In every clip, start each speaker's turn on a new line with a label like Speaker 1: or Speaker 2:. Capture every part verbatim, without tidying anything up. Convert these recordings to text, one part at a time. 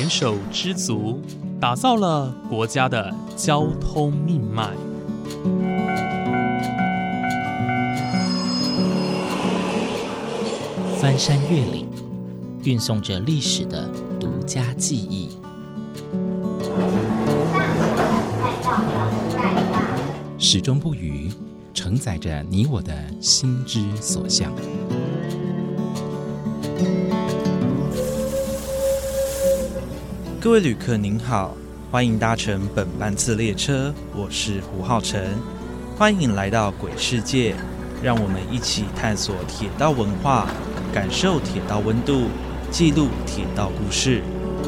Speaker 1: 手知足，打造了国家的交通命脉。
Speaker 2: 翻山越岭，运送着历史的独家记忆。始终不渝，承载着你我的心之所向。
Speaker 3: 各位旅客您好，欢迎搭乘本班次列车，我是胡浩辰，欢迎来到鬼世界，让我们一起探索铁道文化，感受铁道温度，记录铁道故事。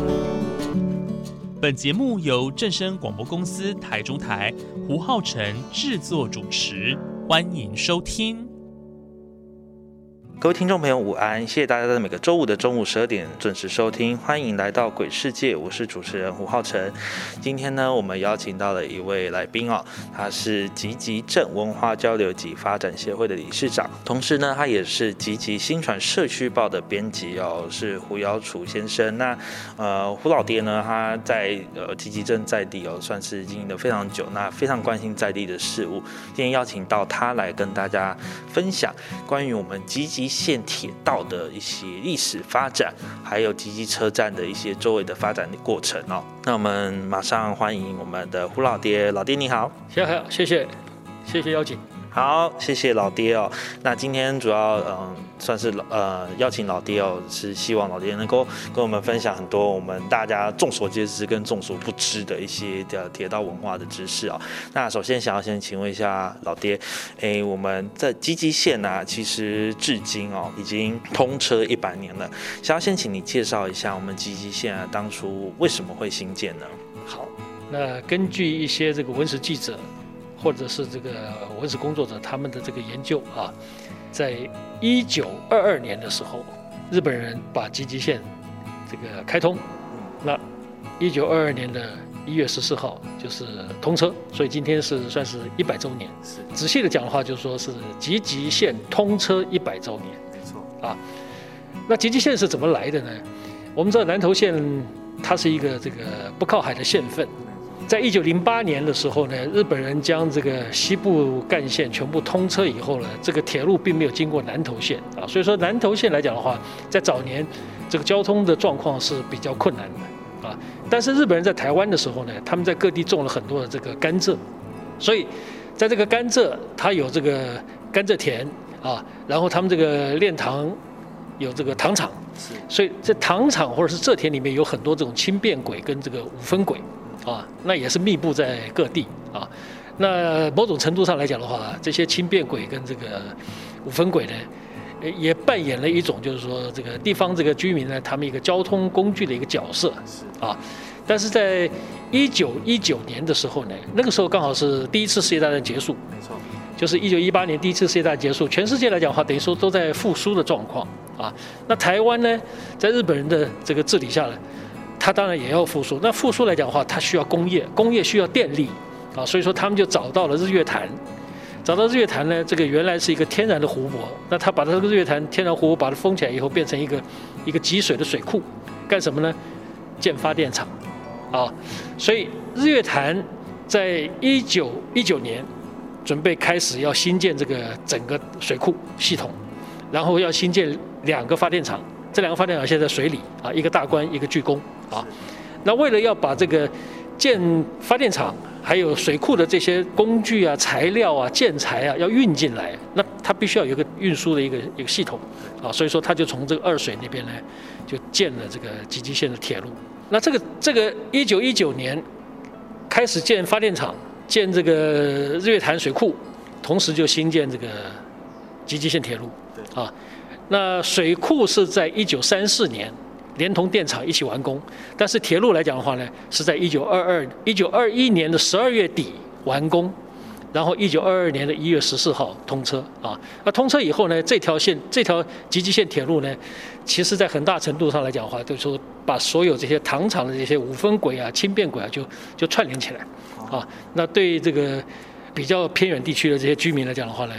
Speaker 1: 本节目由正声广播公司台中台胡浩辰制作主持，欢迎收听。
Speaker 3: 各位听众朋友午安，谢谢大家在每个周五的中午十二点准时收听，欢迎来到鬼世界，我是主持人胡浩辰。今天呢，我们邀请到了一位来宾哦，他是集集镇文化交流及发展协会的理事长，同时呢，他也是集集新传社区报的编辑哦，是胡尧楚先生。那呃，胡老爹呢，他在呃集集镇在地哦，算是经营的非常久，那非常关心在地的事物。今天邀请到他来跟大家分享关于我们集集线铁道的一些历史发展，还有集集车站的一些周围的发展的过程哦。那我们马上欢迎我们的胡老爹，老爹你好。
Speaker 4: 谢谢，谢谢邀请。
Speaker 3: 好，谢谢老爹哦。那今天主要嗯，算是呃邀请老爹哦，是希望老爹能够跟我们分享很多我们大家众所皆知跟众所不知的一些的铁道文化的知识哦。那首先想要先请问一下老爹，哎，我们在集集线啊，其实至今哦已经通车一百年了，想要先请你介绍一下我们集集线啊，当初为什么会兴建呢？
Speaker 4: 好，那根据一些这个文史记者，或者是这个文史工作者他们的这个研究啊，在一九二二年的时候，日本人把集集线这个开通，那一九二二年的一月十四号就是通车，所以今天是算是一百周年。仔细的讲的话，就是说是集集线通车一百周年。
Speaker 3: 没错
Speaker 4: 啊，那集集线是怎么来的呢？我们知道南投县它是一个这个不靠海的县份。在一九零八年的时候呢，日本人将这个西部干线全部通车以后呢，这个铁路并没有经过南投县啊，所以说南投县来讲的话，在早年这个交通的状况是比较困难的啊。但是日本人在台湾的时候呢，他们在各地种了很多的这个甘蔗，所以在这个甘蔗，它有这个甘蔗田啊，然后他们这个炼糖有这个糖厂，所以在糖厂或者是蔗田里面有很多这种轻便轨跟这个五分轨。啊，那也是密布在各地啊。那某种程度上来讲的话，这些轻便轨跟这个五分轨呢，也扮演了一种就是说这个地方这个居民呢，他们一个交通工具的一个角色啊。但是在一九一九年的时候呢，那个时候刚好是第一次世界大战结束，没错，就是一九一八年第一次世界大战结束，全世界来讲的话，等于说都在复苏的状况啊。那台湾呢，在日本人的这个治理下呢，它当然也要复苏，那复苏来讲的话，它需要工业，工业需要电力啊，所以说他们就找到了日月潭，找到日月潭呢，这个原来是一个天然的湖泊，那他把它这个日月潭天然湖泊把它封起来以后，变成一个一个集水的水库，干什么呢？建发电厂啊，所以日月潭在一九一九年准备开始要新建这个整个水库系统，然后要新建两个发电厂。这两个发电厂现在在水里啊，一个大关，一个巨宫啊。那为了要把这个建发电厂还有水库的这些工具啊、材料啊、建材啊要运进来，那它必须要有一个运输的一个一个系统啊。所以说，他就从这个二水那边呢，就建了这个集集线的铁路。那这个这个一九一九年开始建发电厂，建这个日月潭水库，同时就新建这个集集线铁路啊。那水库是在一九三四年连同电厂一起完工，但是铁路来讲的话呢，是在一九二二、一九二一年的十二月底完工，然后一九二二年的一月十四号通车啊。那通车以后呢，这条线这条集集线铁路呢，其实在很大程度上来讲的话，就是说把所有这些糖厂的这些五分轨啊、轻便轨啊，就就串联起来啊。那对这个比较偏远地区的这些居民来讲的话呢，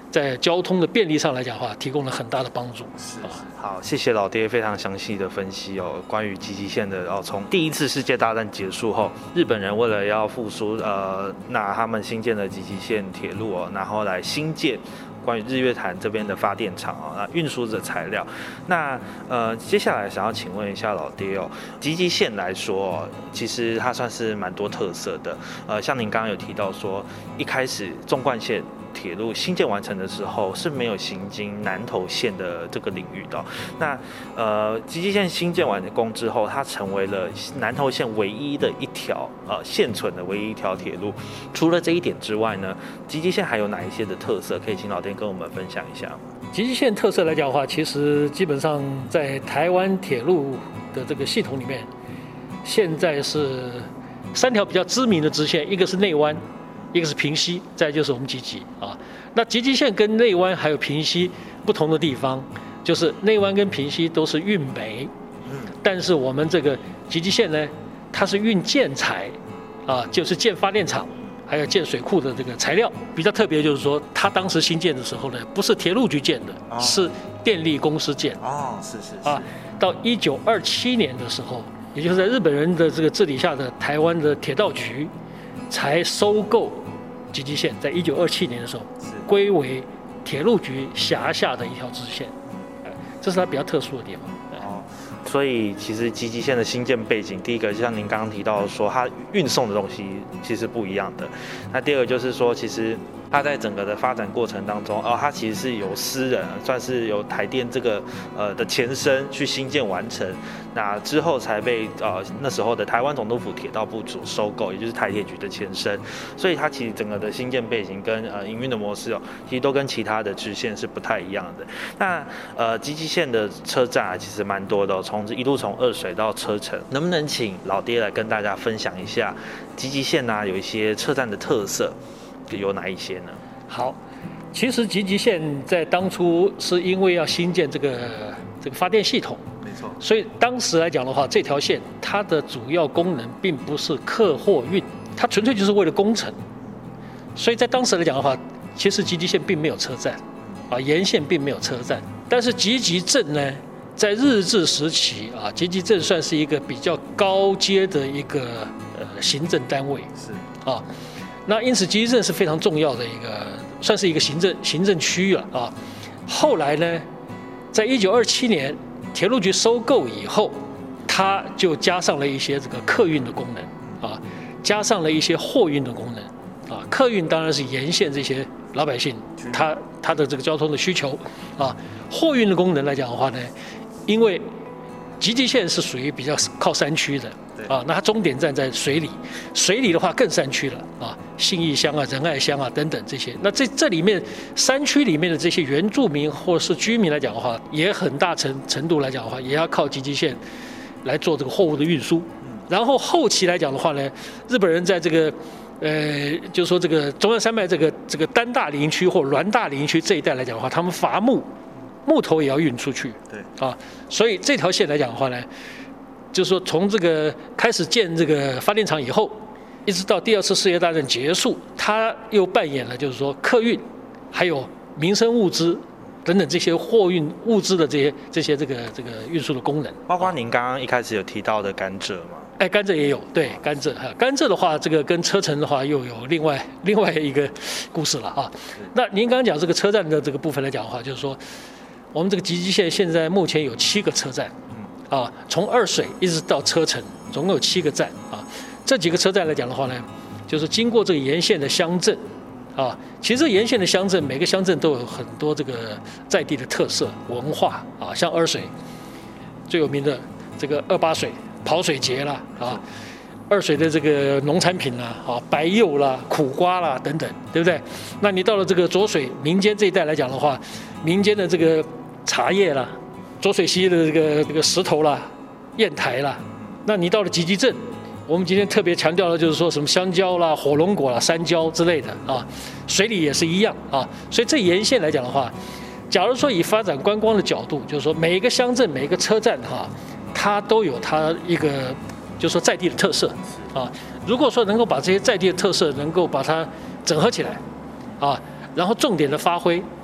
Speaker 4: 在交通的便利上来讲的话，提供了很大的帮助。
Speaker 3: 是啊，好，谢谢老爹非常详细的分析哦，关于集集线的哦，从第一次世界大战结束后，日本人为了要复苏，呃，那他们新建的集集线铁路哦，然后来新建关于日月潭这边的发电厂啊，那运输的材料。那呃，接下来想要请问一下老爹哦，集集线来说、哦，其实它算是蛮多特色的。呃，像您刚刚有提到说，一开始纵贯线铁路新建完成的时候是没有行经南投线的这个领域的、哦。那呃，集集线新建完工之后，它成为了南投线唯一的一条呃现存的唯一一条铁路。除了这一点之外呢，集集线还有哪一些的特色？可以请老爹跟我们分享一下吗？
Speaker 4: 集集线特色来讲的话，其实基本上在台湾铁路的这个系统里面，现在是三条比较知名的支线，一个是内湾，一个是平溪，再就是我们集集啊。那集集线跟内湾还有平溪不同的地方，就是内湾跟平溪都是运煤，但是我们这个集集线呢，它是运建材，啊，就是建发电厂，还有建水库的这个材料。比较特别就是说，它当时新建的时候呢，不是铁路局建的，哦、是电力公司建。
Speaker 3: 哦，是是是。
Speaker 4: 啊，到一九二七年的时候，也就是在日本人的这个治理下的台湾的铁道局，才收购集集线，在一九二七年的时候，归为铁路局辖下的一条支线，这是它比较特殊的地方。
Speaker 3: 哦，所以其实集集线的新建背景，第一个就像您刚刚提到的说，它运送的东西其实不一样的。那第二个就是说，其实它在整个的发展过程当中，哦，它其实是由私人，算是由台电这个呃的前身去新建完成，那之后才被呃那时候的台湾总督府铁道部所收购，也就是台铁局的前身。所以它其实整个的新建背景跟呃营运的模式哦，其实都跟其他的支线是不太一样的。那呃集集线的车站啊，其实蛮多的、哦，从一路从二水到车城，能不能请老爹来跟大家分享一下集集线啊有一些车站的特色？有哪一些呢？
Speaker 4: 好，其实集集线在当初是因为要新建这个这个发电系统，
Speaker 3: 没错，
Speaker 4: 所以当时来讲的话，这条线它的主要功能并不是客货运，它纯粹就是为了工程。所以在当时来讲的话，其实集集线并没有车站，啊，沿线并没有车站。但是集集镇呢，在日治时期啊，集集镇算是一个比较高阶的一个呃行政单位，
Speaker 3: 是
Speaker 4: 啊。那因此，集集镇是非常重要的一个，算是一个行政行政区域了啊。后来呢，在一九二七年铁路局收购以后，它就加上了一些这个客运的功能啊，加上了一些货运的功能啊。客运当然是沿线这些老百姓他他的这个交通的需求啊。货运的功能来讲的话呢，因为集集线是属于比较靠山区的。啊，那它终点站在水里，水里的话更山区了啊，信义乡啊、仁爱乡啊等等这些。那这这里面山区里面的这些原住民或者是居民来讲的话，也很大程程度来讲的话，也要靠集集线来做这个货物的运输。然后后期来讲的话呢，日本人在这个呃，就是说这个中央山脉这个这个丹大林区或滦大林区这一带来讲的话，他们伐木，木头也要运出去。对啊，所以这条线来讲的话呢，就是说，从这个开始建这个发电厂以后，一直到第二次世界大战结束，它又扮演了就是说客运，还有民生物资等等这些货运物资的这些这些这个这个运输的功能。
Speaker 3: 包括您刚刚一开始有提到的甘蔗嘛？
Speaker 4: 哎，甘蔗也有，对，甘蔗哈，甘蔗的话，这个跟车城的话又有另外另外一个故事了啊。那您刚刚讲这个车站的这个部分来讲的话，就是说，我们这个集集线现在目前有七个车站。啊，从二水一直到车城，总共有七个站啊。这几个车站来讲的话呢，就是经过这个沿线的乡镇，啊，其实沿线的乡镇每个乡镇都有很多这个在地的特色文化啊，像二水最有名的这个二八水跑水节啦，啊，二水的这个农产品啦，啊，白柚啦、苦瓜啦等等，对不对？那你到了这个浊水民间这一带来讲的话，民间的这个茶叶啦。浊水溪的这个这个石头啦、砚台啦，那你到了集集镇，我们今天特别强调的就是说什么香蕉啦、火龙果啦、山椒之类的啊，水里也是一样啊。所以这沿线来讲的话，假如说以发展观光的角度，就是说每一个乡镇、每一个车站哈、啊，它都有它一个就是说在地的特色啊。如果说能够把这些在地的特色能够把它整合起来啊，然后重点的发挥。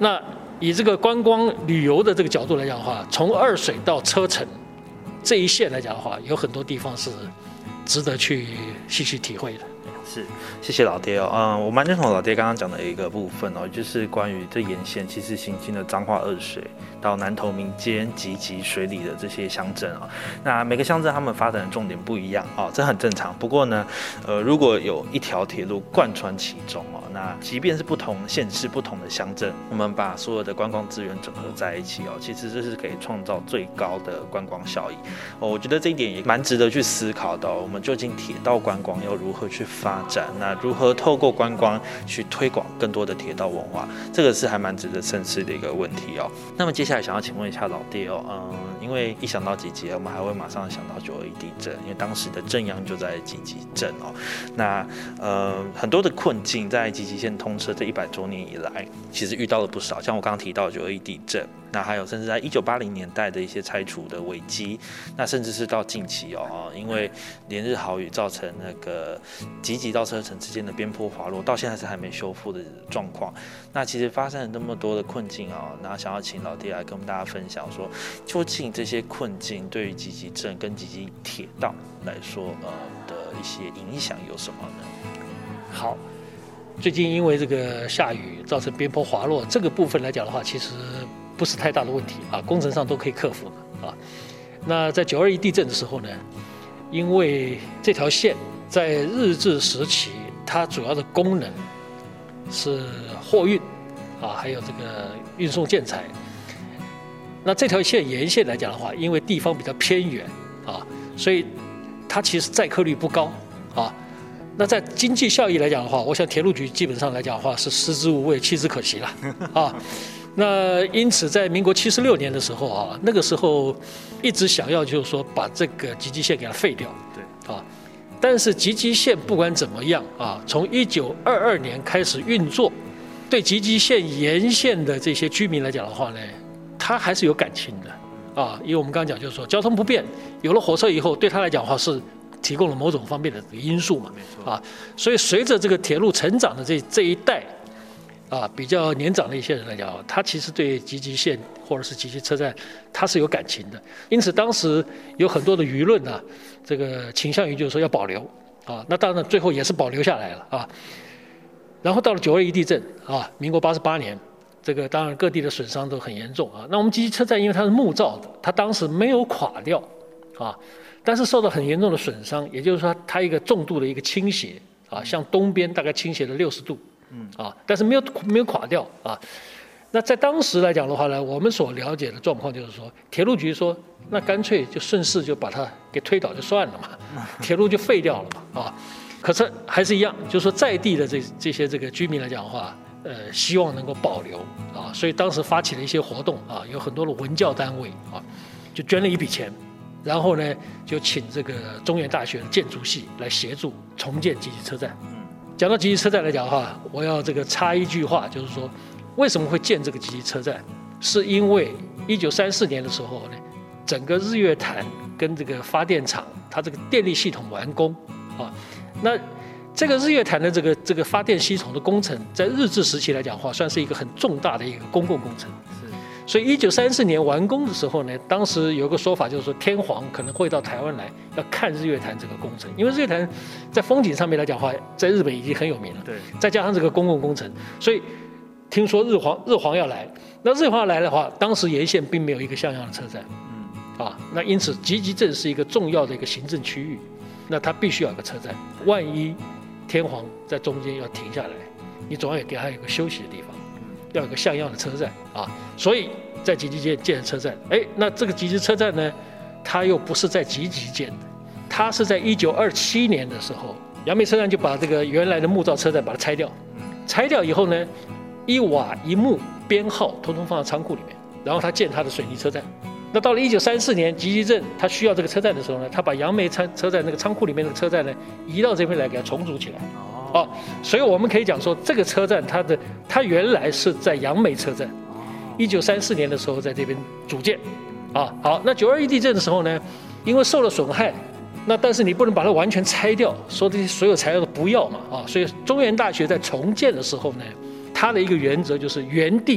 Speaker 4: 那以这个观光旅游的这个角度来讲的话，从二水到车城这一线来讲的话，有很多地方是值得去细细体会的。
Speaker 3: 是，谢谢老爹哦。嗯，我蛮认同老爹刚刚讲的一个部分哦，就是关于这沿线其实行经的彰化二水到南投民间集集水里的这些乡镇啊、哦，那每个乡镇他们发展的重点不一样哦，这很正常。不过呢，呃，如果有一条铁路贯穿其中哦，那即便是不同县市、不同的乡镇，我们把所有的观光资源整合在一起哦，其实这是可以创造最高的观光效益哦。我觉得这一点也蛮值得去思考的、哦。我们究竟铁道观光要如何去发展？那如何透过观光去推广更多的铁道文化？这个是还蛮值得深思的一个问题哦。那么接下来想要请问一下老爹哦，嗯，因为一想到集集，我们还会马上想到九二一地震，因为当时的震央就在集集镇哦。那呃很多的困境在集集线通车这一百多年以来，其实遇到了不少，像我刚刚提到的九二一地震。那还有甚至在一九八零年代的一些拆除的危机，那甚至是到近期哦，因为连日豪雨造成那个集集到车城之间的边坡滑落，到现在是还没修复的状况。那其实发生了那么多的困境哦，那想要请老爹来跟我们大家分享说，究竟这些困境对于集集镇跟集集铁道来说，呃的一些影响有什么呢？
Speaker 4: 好。最近因为这个下雨造成边坡滑落这个部分来讲的话，其实不是太大的问题啊，工程上都可以克服的啊。那在九二一地震的时候呢，因为这条线在日治时期，它主要的功能是货运啊，还有这个运送建材。那这条线沿线来讲的话，因为地方比较偏远啊，所以它其实载客率不高啊。那在经济效益来讲的话，我想铁路局基本上来讲的话是食之无味，弃之可惜了啊。那因此在民国七十六年的时候啊，那个时候一直想要就是说把这个集集线给它废掉，对啊。但是集集线不管怎么样啊，从一九二二年开始运作，对集集线沿线的这些居民来讲的话呢，他还是有感情的啊。因为我们刚刚讲就是说交通不便，有了火车以后，对他来讲的话是提供了某种方面的因素嘛，没错啊，所以随着这个铁路成长的这这一代啊，比较年长的一些人来讲，他其实对集集线或者是集集车站，他是有感情的。因此当时有很多的舆论啊，这个倾向于就是说要保留啊，那当然最后也是保留下来了啊。然后到了九二一地震啊，民国八十八年，这个当然各地的损伤都很严重啊。那我们集集车站因为它是木造的，它当时没有垮掉啊。但是受到很严重的损伤，也就是说它一个重度的一个倾斜啊，向东边大概倾斜了六十度，嗯啊，但是没有没有垮掉啊。那在当时来讲的话呢，我们所了解的状况就是说，铁路局说，那干脆就顺势就把它给推倒就算了嘛，铁路就废掉了嘛啊。可是还是一样，就是说在地的这这些这个居民来讲的话，呃，希望能够保留啊，所以当时发起了一些活动啊，有很多的文教单位啊，就捐了一笔钱。然后呢，就请这个中原大学的建筑系来协助重建集集车站。讲到集集车站来讲的话，我要这个插一句话，就是说，为什么会建这个集集车站？是因为一九三四年的时候呢，整个日月潭跟这个发电厂，它这个电力系统完工啊。那这个日月潭的这个这个发电系统的工程，在日治时期来讲的话，算是一个很重大的一个公共工程。所以一九三四年完工的时候呢，当时有个说法就是说，天皇可能会到台湾来要看日月潭这个工程，因为日月潭在风景上面来讲的话，在日本已经很有名了。对，再加上这个公共工程，所以听说日皇日皇要来，那日皇要来的话，当时沿线并没有一个像样的车站，嗯，啊，那因此集集镇是一个重要的一个行政区域，那它必须要有个车站，万一天皇在中间要停下来，你总要给他有个休息的地方。要有个像样的车站啊，所以在集集建建车站，哎，那这个集集车站呢，它又不是在集集建的，它是在一九二七年的时候，杨梅车站就把这个原来的木造车站把它拆掉，拆掉以后呢，一瓦一木编号统统放在仓库里面，然后他建他的水泥车站。那到了一九三四年，集集镇他需要这个车站的时候呢，他把杨梅车车站那个仓库里面的车站呢，移到这边来给它重组起来。哦，所以我们可以讲说，这个车站它的它原来是在杨梅车站，一九三四年的时候在这边组建，啊，好，那九二一地震的时候呢，因为受了损害，那但是你不能把它完全拆掉，说这些所有材料都不要嘛，啊，所以中原大学在重建的时候呢，它的一个原则就是原地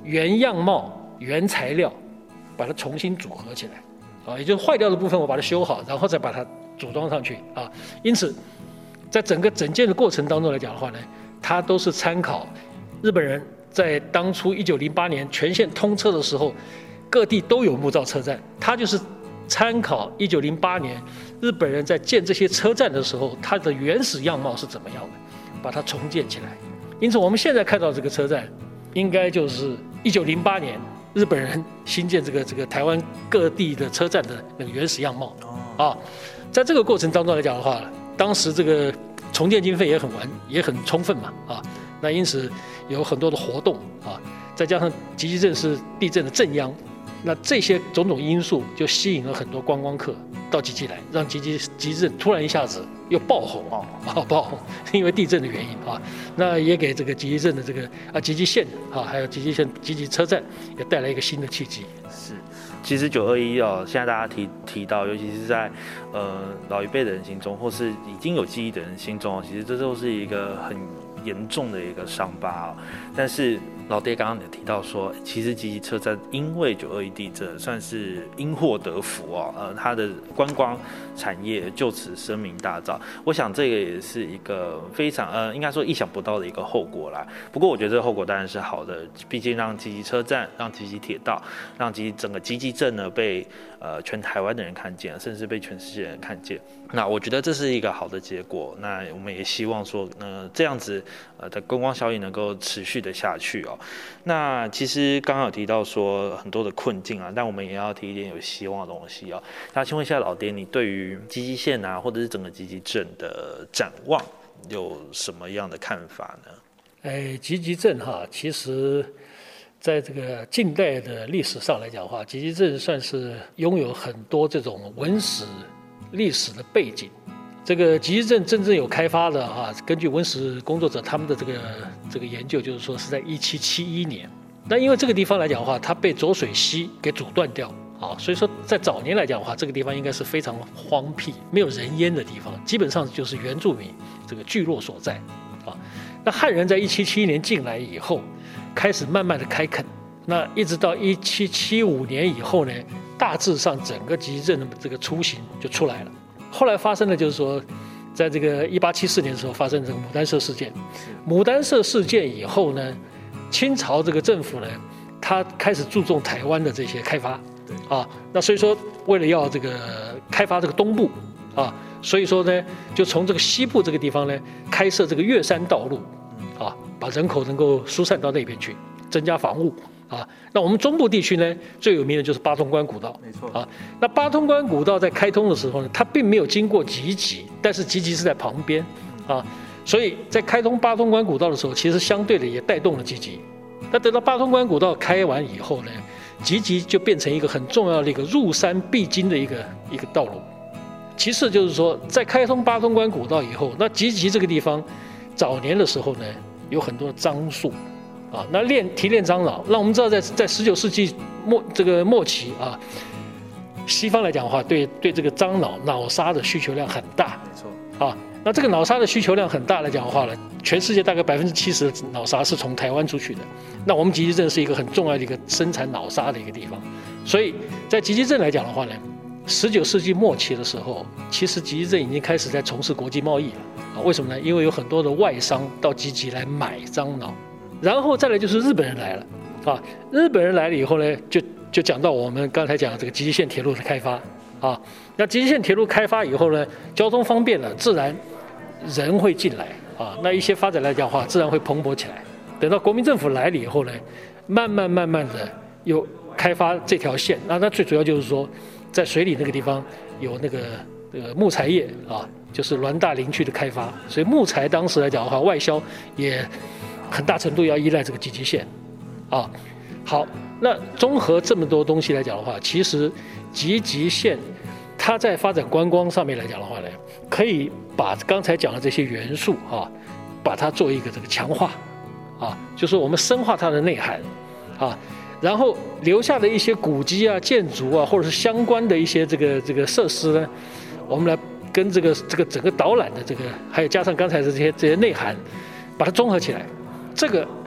Speaker 4: 原样貌、原材料，把它重新组合起来，啊，也就是坏掉的部分我把它修好，然后再把它组装上去啊。因此，在整个整件的过程当中来讲的话呢，它都是参考日本人在当初一九零八年全线通车的时候，各地都有木造车站，它就是参考一九零八年日本人在建这些车站的时候，它的原始样貌是怎么样的，把它重建起来。因此，我们现在看到这个车站，应该就是一九零八年日本人新建这个这个台湾各地的车站的那个原始样貌啊。在这个过程当中来讲的话，当时这个重建经费也很完也很充分嘛啊，那因此有很多的活动啊，再加上集集镇是地震的震央。那这些种种因素就吸引了很多观光客到集集来，让集集集镇突然一下子又爆红啊，爆红，因为地震的原因啊。那也给这个集集镇的这个啊集集线啊，还有集集线集集车站也带来一个新的契机。
Speaker 3: 是，其实九二一哦，现在大家提提到，尤其是在呃老一辈的人心中，或是已经有记忆的人心中，其实这都是一个很严重的一个伤疤哦。但是老爹刚刚也提到说，其实集集车站因为九二一地震算是因祸得福哦，呃，它的观光产业就此声名大噪。我想这个也是一个非常呃，应该说意想不到的一个后果啦。不过我觉得这个后果当然是好的，毕竟让集集车站、让集集铁道、让集整个集集镇呢被呃全台湾的人看见，甚至被全世界人看见。那我觉得这是一个好的结果。那我们也希望说，呃，这样子呃的观光效应能够持续的下去哦。那其实刚刚有提到说很多的困境啊，但我们也要提一点有希望的东西哦。那请问一下老爹，你对于集集线啊，或者是整个集集镇的展望有什么样的看法呢？
Speaker 4: 哎，集集镇哈，其实在这个近代的历史上来讲的话，集集镇算是拥有很多这种文史历史的背景。这个集集镇真正有开发的哈，根据文史工作者他们的这个这个研究，就是说是在一七七一年。那因为这个地方来讲的话，它被浊水溪给阻断掉啊，所以说在早年来讲的话，这个地方应该是非常荒僻、没有人烟的地方，基本上就是原住民这个聚落所在啊。那汉人在一七七一年进来以后，开始慢慢的开垦，那一直到一七七五年以后呢，大致上整个集集镇的这个雏形就出来了。后来发生的就是说，在这个一八七四年的时候发生这个牡丹社事件。牡丹社事件以后呢，清朝这个政府呢，他开始注重台湾的这些开发，啊，那所以说为了要这个开发这个东部啊，所以说呢，就从这个西部这个地方呢，开设这个越山道路，啊，把人口能够疏散到那边去，增加防务。啊，那我们中部地区呢，最有名的就是八通关古道。没错啊，那八通关古道在开通的时候呢，它并没有经过集集，但是集集是在旁边，啊，所以在开通八通关古道的时候，其实相对的也带动了集集。那等到八通关古道开完以后呢，集集就变成一个很重要的一个入山必经的一个一个道路。其次就是说，在开通八通关古道以后，那集集这个地方，早年的时候呢，有很多樟树。啊，那炼提炼樟脑，那我们知道在在十九世纪末这个末期啊，西方来讲的话，对对这个樟脑脑沙的需求量很大，没错啊。那这个脑沙的需求量很大来讲的话呢，全世界大概百分之七十的脑沙是从台湾出去的。那我们集集镇是一个很重要的一个生产脑沙的一个地方，所以在集集镇来讲的话呢，十九世纪末期的时候，其实集集镇已经开始在从事国际贸易了啊。为什么呢？因为有很多的外商到集集来买樟脑。然后再来就是日本人来了，啊，日本人来了以后呢，就就讲到我们刚才讲的这个集集线铁路的开发，啊，那集集线铁路开发以后呢，交通方便了，自然人会进来，啊，那一些发展来讲的话，自然会蓬勃起来。等到国民政府来了以后呢，慢慢慢慢的又开发这条线，那那最主要就是说，在水里那个地方有那个那个木材业啊，就是滦大林区的开发，所以木材当时来讲的话，外销也很大程度要依赖这个集集线，啊，好，那综合这么多东西来讲的话，其实集集线它在发展观光上面来讲的话呢，可以把刚才讲的这些元素啊，把它做一个这个强化，啊，就是我们深化它的内涵，啊，然后留下的一些古迹啊、建筑啊，或者是相关的一些这个这个设施呢，我们来跟这个这个整个导览的这个，还有加上刚才的这些这些内涵，把它综合起来。这个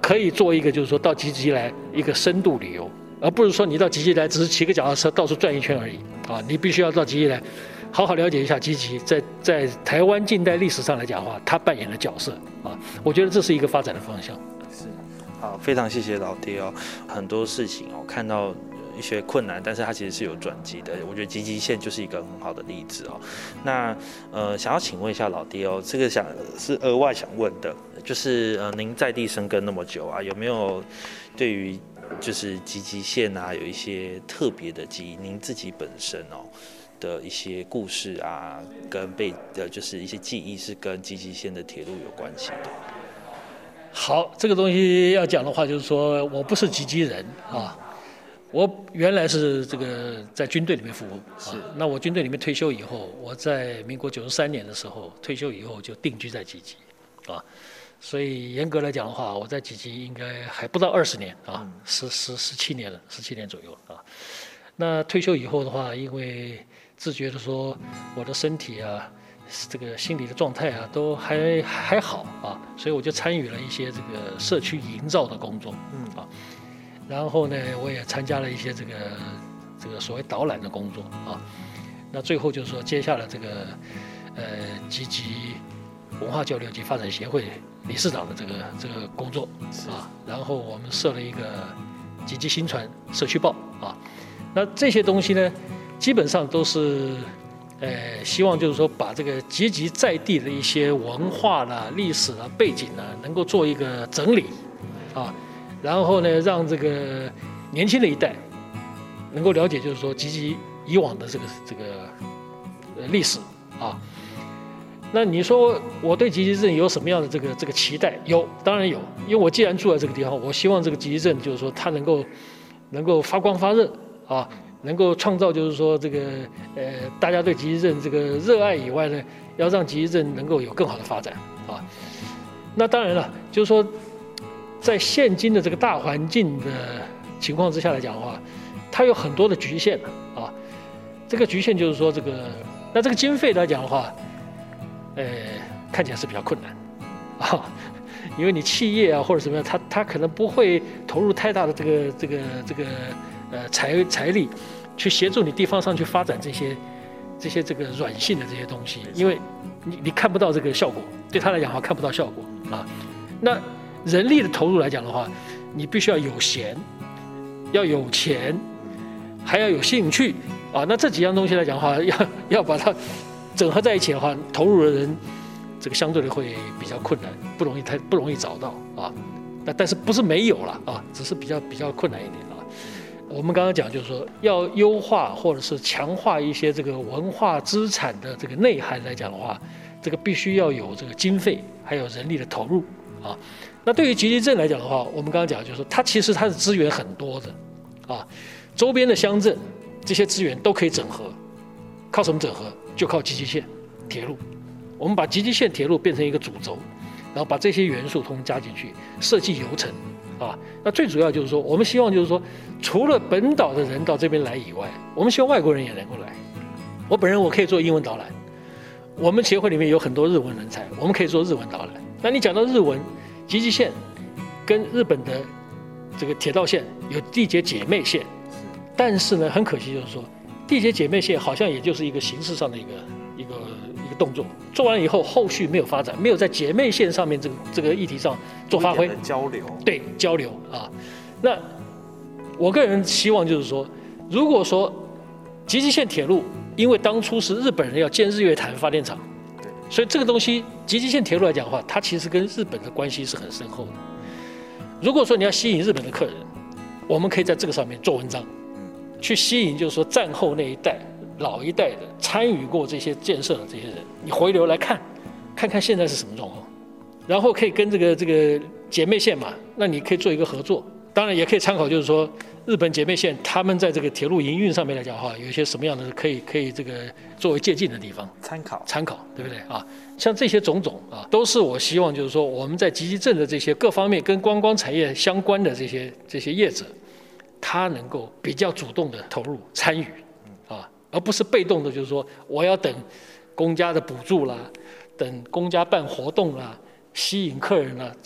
Speaker 4: 可以做一个就是说到集集来一个深度旅游，而不是说你到集集来只是骑个脚踏车到处转一圈而已啊！你必须要到集集来，好好了解一下集集在在台湾近代历史上来讲的话，它扮演的角色啊，我觉得这是一个发展的方向。
Speaker 3: 是，好，非常谢谢老爹哦。很多事情哦，看到一些困难，但是它其实是有转机的。我觉得集集线就是一个很好的例子哦。那呃，想要请问一下老爹哦，这个想是额外想问的，就是呃，您在地生根那么久啊，有没有对于就是集集线啊有一些特别的记忆？您自己本身哦的一些故事啊，跟被呃就是一些记忆是跟集集线的铁路有关系的。
Speaker 4: 好，这个东西要讲的话，就是说我不是集集人啊。我原来是这个在军队里面服务，是、啊。那我军队里面退休以后，我在民国九十三年的时候退休以后就定居在集集，啊，所以严格来讲的话，我在集集应该还不到二十年啊，十十十七年了，十七年左右啊。那退休以后的话，因为自觉的说我的身体啊，这个心理的状态啊都还还好啊，所以我就参与了一些这个社区营造的工作，嗯啊。然后呢，我也参加了一些这个这个所谓导览的工作啊。那最后就是说，接下了这个呃集集文化交流及发展协会理事长的这个这个工作啊。然后我们设了一个集集新传社区报啊。那这些东西呢，基本上都是呃希望就是说把这个集集在地的一些文化啦、历史啊、背景啊，能够做一个整理啊。然后呢，让这个年轻的一代能够了解，就是说集集以往的这个这个呃历史啊。那你说我对集集镇有什么样的这个这个期待？有，当然有，因为我既然住在这个地方，我希望这个集集镇就是说它能够能够发光发热啊，能够创造就是说这个呃大家对集集镇这个热爱以外呢，要让集集镇能够有更好的发展啊。那当然了，就是说。在现今的这个大环境的情况之下来讲的话，它有很多的局限啊。这个局限就是说，这个那这个经费来讲的话，呃，看起来是比较困难啊，因为你企业啊或者什么样，它它可能不会投入太大的这个这个这个呃财财力去协助你地方上去发展这些这些这个软性的这些东西，因为你你看不到这个效果，对他来讲的话看不到效果啊。那人力的投入来讲的话，你必须要有闲，要有钱，还要有兴趣啊。那这几样东西来讲的话，要要把它整合在一起的话，投入的人这个相对的会比较困难，不容易太不容易找到啊。那但是不是没有了啊，只是比较比较困难一点啊。我们刚刚讲就是说，要优化或者是强化一些这个文化资产的这个内涵来讲的话，这个必须要有这个经费还有人力的投入啊。那对于集集镇来讲的话，我们刚刚讲就是说，它其实它的资源很多的，啊，周边的乡镇这些资源都可以整合，靠什么整合？就靠集集线铁路。我们把集集线铁路变成一个主轴，然后把这些元素通通加进去，设计游程，啊，那最主要就是说，我们希望就是说，除了本岛的人到这边来以外，我们希望外国人也能够来。我本人我可以做英文导览，我们协会里面有很多日文人才，我们可以做日文导览。那你讲到日文，集集线跟日本的这个铁道线有缔结姐妹线，但是呢，很可惜就是说，缔结姐妹线好像也就是一个形式上的一个一个一个动作，做完以后后续没有发展，没有在姐妹线上面这个这个议题上做发挥
Speaker 3: 交流，
Speaker 4: 对交流啊。那我个人希望就是说，如果说集集线铁路，因为当初是日本人要建日月潭发电厂。所以这个东西，集集线铁路来讲的话，它其实跟日本的关系是很深厚的。如果说你要吸引日本的客人，我们可以在这个上面做文章，去吸引就是说战后那一代、老一代的参与过这些建设的这些人，你回流来看，看看现在是什么状况，然后可以跟这个这个姐妹线嘛，那你可以做一个合作。当然也可以参考，就是说日本姐妹线他们在这个铁路营运上面来讲的话，有一些什么样的可以可以这个作为借鉴的地方，
Speaker 3: 参考
Speaker 4: 参考，对不对啊？像这些种种啊，都是我希望就是说我们在集集镇的这些各方面跟观光产业相关的这些这些业者，他能够比较主动的投入参与啊，而不是被动的，就是说我要等公家的补助啦，等公家办活动啦，吸引客人啦。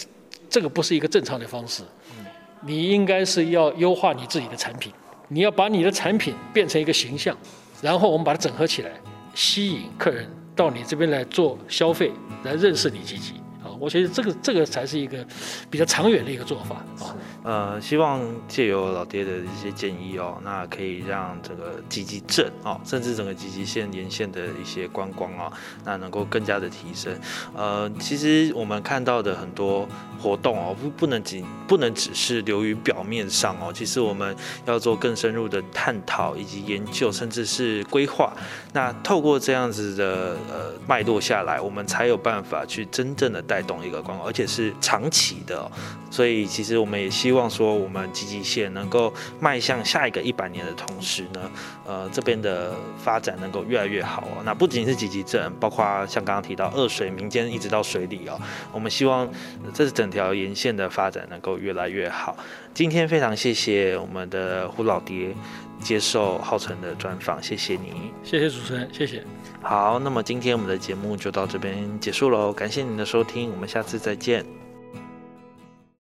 Speaker 4: 这个不是一个正常的方式。你应该是要优化你自己的产品，你要把你的产品变成一个形象，然后我们把它整合起来，吸引客人到你这边来做消费，来认识你吉吉。我觉得这个这个才是一个比较长远的一个做法啊。
Speaker 3: 呃，希望借由老爹的一些建议哦，那可以让这个集集镇哦，甚至整个集集县沿线的一些观光哦，那能够更加的提升。呃，其实我们看到的很多活动哦，不不能仅不能只是流于表面上哦，其实我们要做更深入的探讨以及研究，甚至是规划。那透过这样子的呃脉络下来，我们才有办法去真正的带动一个观光，而且是长期的哦。所以其实我们也希望说，我们集集县能够迈向下一个一百年的同时呢，呃，这边的发展能够越来越好哦。那不仅是集集镇，包括像刚刚提到二水民间一直到水里哦，我们希望这整条沿线的发展能够越来越好。今天非常谢谢我们的胡老爹接受浩辰的专访，谢谢你。
Speaker 4: 谢谢主持人，谢谢。
Speaker 3: 好，那么今天我们的节目就到这边结束喽，感谢您的收听，我们下次再见。